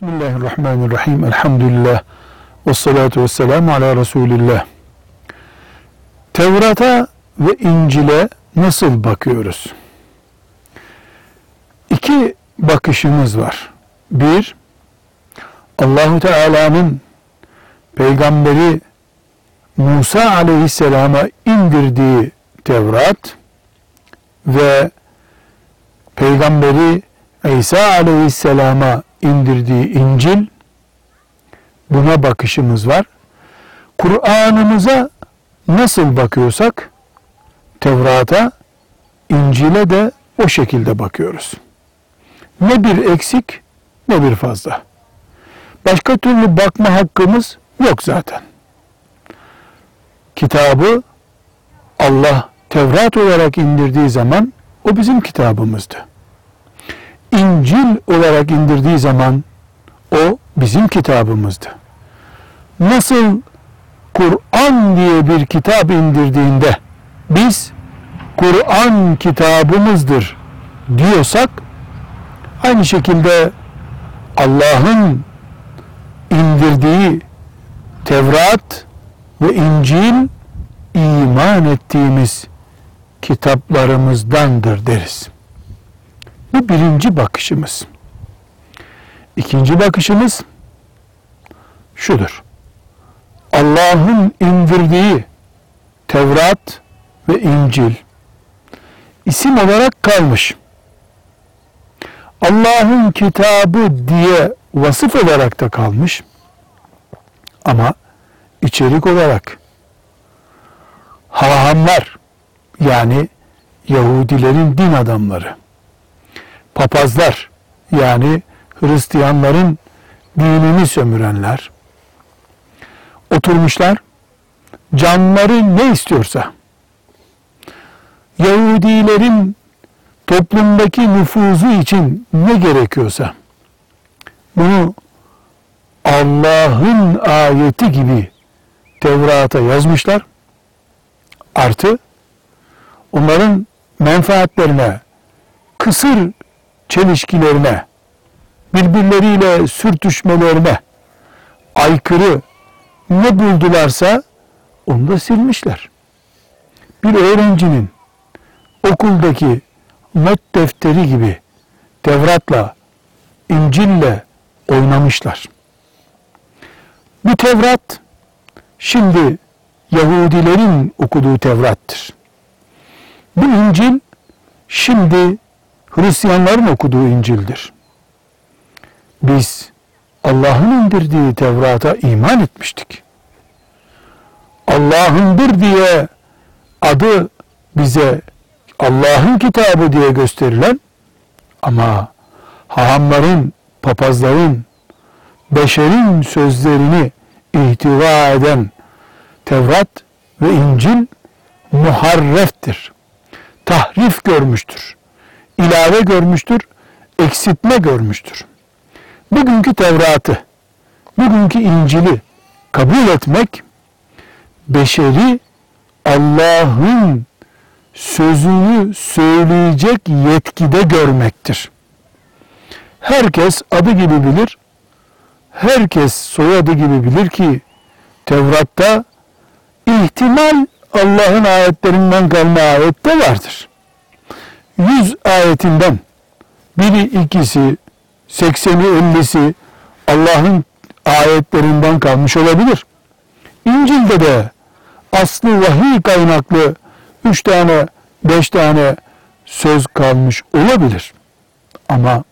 Bismillahirrahmanirrahim. Elhamdülillah. Vessalatu vesselamu ala Resulillah. Tevrat'a ve İncil'e nasıl bakıyoruz? İki bakışımız var. Bir, Allahu Teala'nın Peygamberi Musa aleyhisselama indirdiği Tevrat ve Peygamberi İsa aleyhisselama indirdiği İncil, buna bakışımız var. Kur'an'ımıza nasıl bakıyorsak Tevrat'a, İncil'e de o şekilde bakıyoruz. Ne bir eksik ne bir fazla. Başka türlü bakma hakkımız yok zaten. Kitabı Allah Tevrat olarak indirdiği zaman o bizim kitabımızdı. İncil olarak indirdiği zaman o bizim kitabımızdı. Nasıl Kur'an diye bir kitap indirdiğinde biz Kur'an kitabımızdır diyorsak, aynı şekilde Allah'ın indirdiği Tevrat ve İncil iman ettiğimiz kitaplarımızdandır deriz. Bu birinci bakışımız. İkinci bakışımız şudur: Allah'ın indirdiği Tevrat ve İncil isim olarak kalmış. Allah'ın kitabı diye vasıf olarak da kalmış. Ama içerik olarak hahamlar, yani Yahudilerin din adamları, papazlar, yani Hristiyanların dinini sömürenler oturmuşlar, canları ne istiyorsa, Yahudilerin toplumdaki nüfuzu için ne gerekiyorsa bunu Allah'ın ayeti gibi Tevrat'a yazmışlar. Artı onların menfaatlerine, kısır çelişkilerine, birbirleriyle sürtüşmelerine aykırı ne buldularsa onu da silmişler. Bir öğrencinin okuldaki not defteri gibi Tevrat'la, İncil'le oynamışlar. Bu Tevrat şimdi Yahudilerin okuduğu Tevrat'tır. Bu İncil şimdi Hristiyanların okuduğu İncil'dir. Biz Allah'ın indirdiği Tevrat'a iman etmiştik. Allah'ındır diye adı bize Allah'ın kitabı diye gösterilen ama hahamların, papazların, beşerin sözlerini ihtiva eden Tevrat ve İncil muharreftir. Tahrif görmüştür. İlave görmüştür. Eksiltme görmüştür. Bugünkü Tevrat'ı, bugünkü İncil'i kabul etmek, beşeri Allah'ın sözünü söyleyecek yetkide görmektir. Herkes adı gibi bilir, herkes soyadı gibi bilir ki Tevrat'ta ihtimal Allah'ın ayetlerinden kalma ayette vardır. 100 ayetinden biri, ikisi, 80'i, 50'si Allah'ın ayetlerinden kalmış olabilir. İncil'de de aslı vahiy kaynaklı 3 tane, 5 tane söz kalmış olabilir. Ama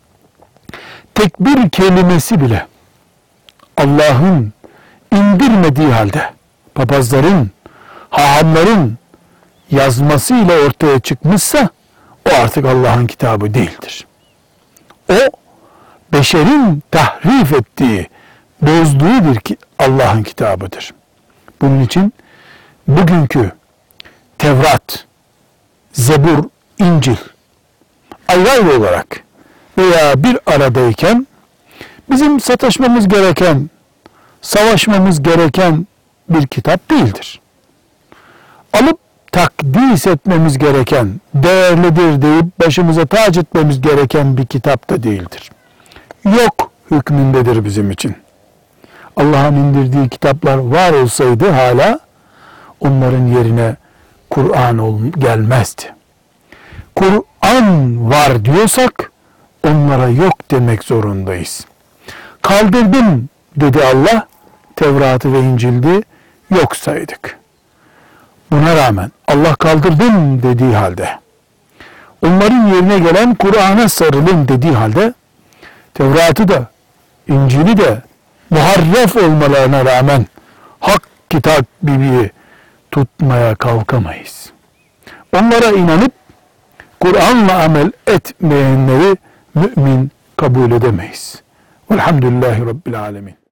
tek bir kelimesi bile Allah'ın indirmediği halde papazların, hahamların yazmasıyla ortaya çıkmışsa o artık Allah'ın kitabı değildir. O beşerin tahrif ettiği, bozduğu bir Allah'ın kitabıdır. Bunun için bugünkü Tevrat, Zebur, İncil ayrı ayrı olarak veya bir aradayken bizim sataşmamız gereken, savaşmamız gereken bir kitap değildir. Alıp takdis etmemiz gereken, değerlidir deyip başımıza tac etmemiz gereken bir kitap da değildir. Yok hükmündedir bizim için. Allah'ın indirdiği kitaplar var olsaydı hala onların yerine Kur'an gelmezdi. Kur'an var diyorsak onlara yok demek zorundayız. Kaldırdım dedi Allah, Tevrat'ı ve İncil'i yok saydık. Buna rağmen Allah kaldırdım dediği halde, onların yerine gelen Kur'an'a sarılın dediği halde, Tevrat'ı da İncil'i de muharref olmalarına rağmen hak kitap gibi tutmaya kalkamayız. Onlara inanıp Kur'an'la amel etmeyenleri mümin kabul edemeyiz. Velhamdülillahi Rabbil Alemin.